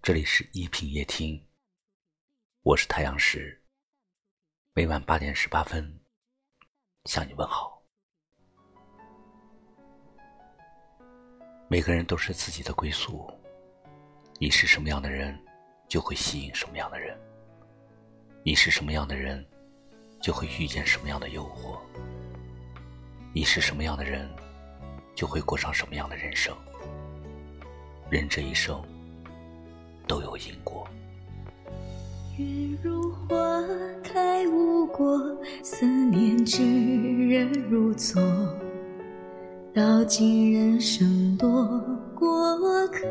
这里是一品夜听，我是太阳石，每晚8点18分向你问好。每个人都是自己的归宿，你是什么样的人，就会吸引什么样的人；你是什么样的人，就会遇见什么样的诱惑；你是什么样的人，就会过上什么样的人生。人这一生都有因果。 月如花开无果，思念炙热如昨，道尽人生多过客。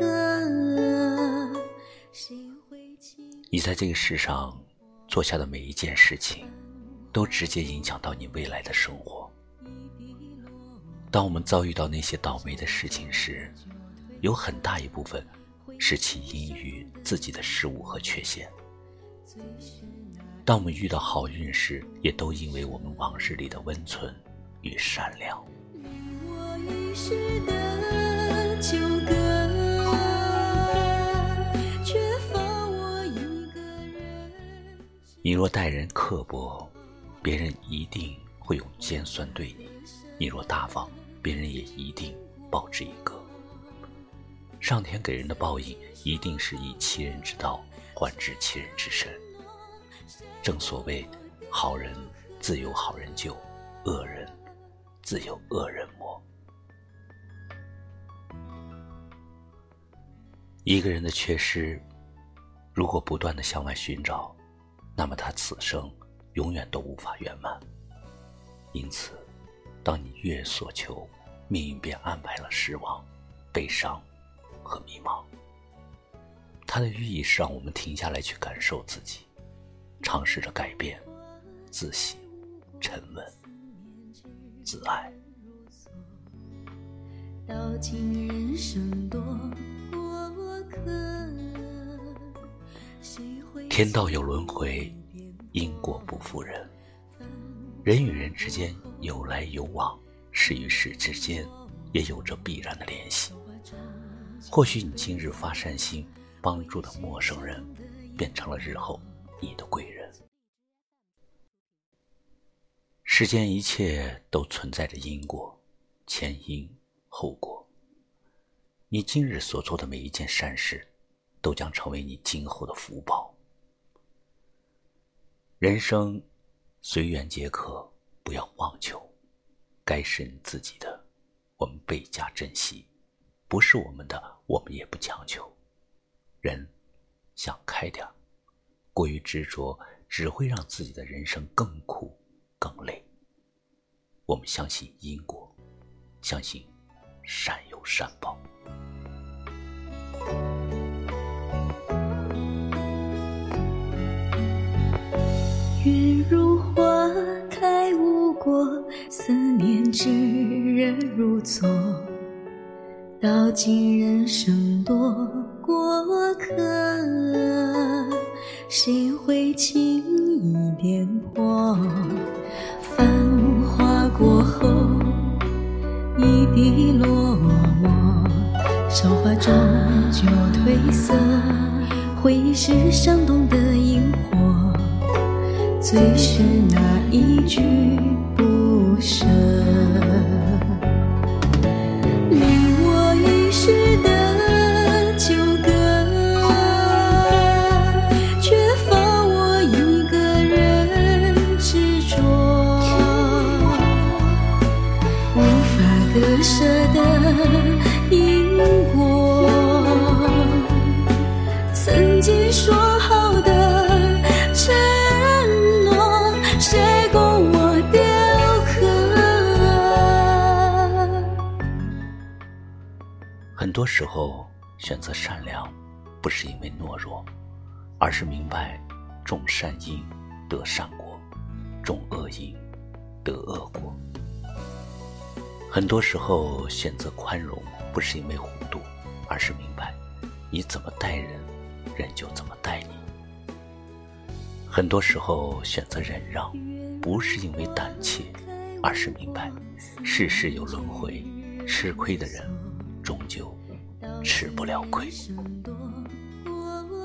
你在这个世上做下的每一件事情，都直接影响到你未来的生活。当我们遭遇到那些倒霉的事情时，有很大一部分是起因于自己的失误和缺陷。当我们遇到好运时，也都因为我们往日里的温存与善良。 我一世的纠葛，却放我一个人。 你若待人刻薄，别人一定会用尖酸对你；你若大方，别人也一定报之以歌。上天给人的报应，一定是以其人之道还治其人之身。正所谓，好人自有好人救，恶人自有恶人磨。一个人的缺失，如果不断地向外寻找，那么他此生永远都无法圆满。因此，当你越所求，命运便安排了失望、悲伤和迷茫。它的寓意是让我们停下来去感受自己，尝试着改变，自省、沉稳、自爱。 道尽人生多过客， 天道有轮回，因果不负人。人与人之间有来有往，事与事之间也有着必然的联系。或许你今日发善心帮助的陌生人，变成了日后你的贵人。世间一切都存在着因果，前因后果。你今日所做的每一件善事，都将成为你今后的福报。人生随缘皆可，不要妄求。该是你自己的，我们倍加珍惜；不是我们的，我们也不强求。人想开点，过于执着只会让自己的人生更苦更累。我们相信因果，相信善有善报。 月如花开无果，思念炙热如昨，道尽人生多过客，谁会轻易点破？繁华过后，一地落寞，韶华终究褪色，回忆是伤痛的萤火，最是那一句不舍。割舍的因果，曾经说好的承诺，谁供我雕刻？ 很多时候选择善良，不是因为懦弱，而是明白种善因得善果，种恶因得恶果。很多时候选择宽容，不是因为糊涂，而是明白你怎么待人，人就怎么待你。很多时候选择忍让，不是因为胆怯，而是明白世事有轮回，吃亏的人终究吃不了亏。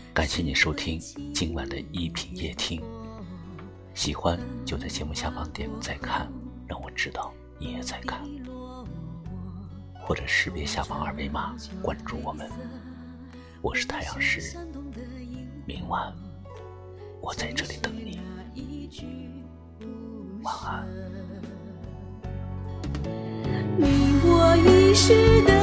感谢你收听今晚的一品夜听，喜欢就在节目下方点再看，让我知道你也在看，或者识别下方二维码关注我们。我是太阳石，明晚我在这里等你，晚安。 你我一世的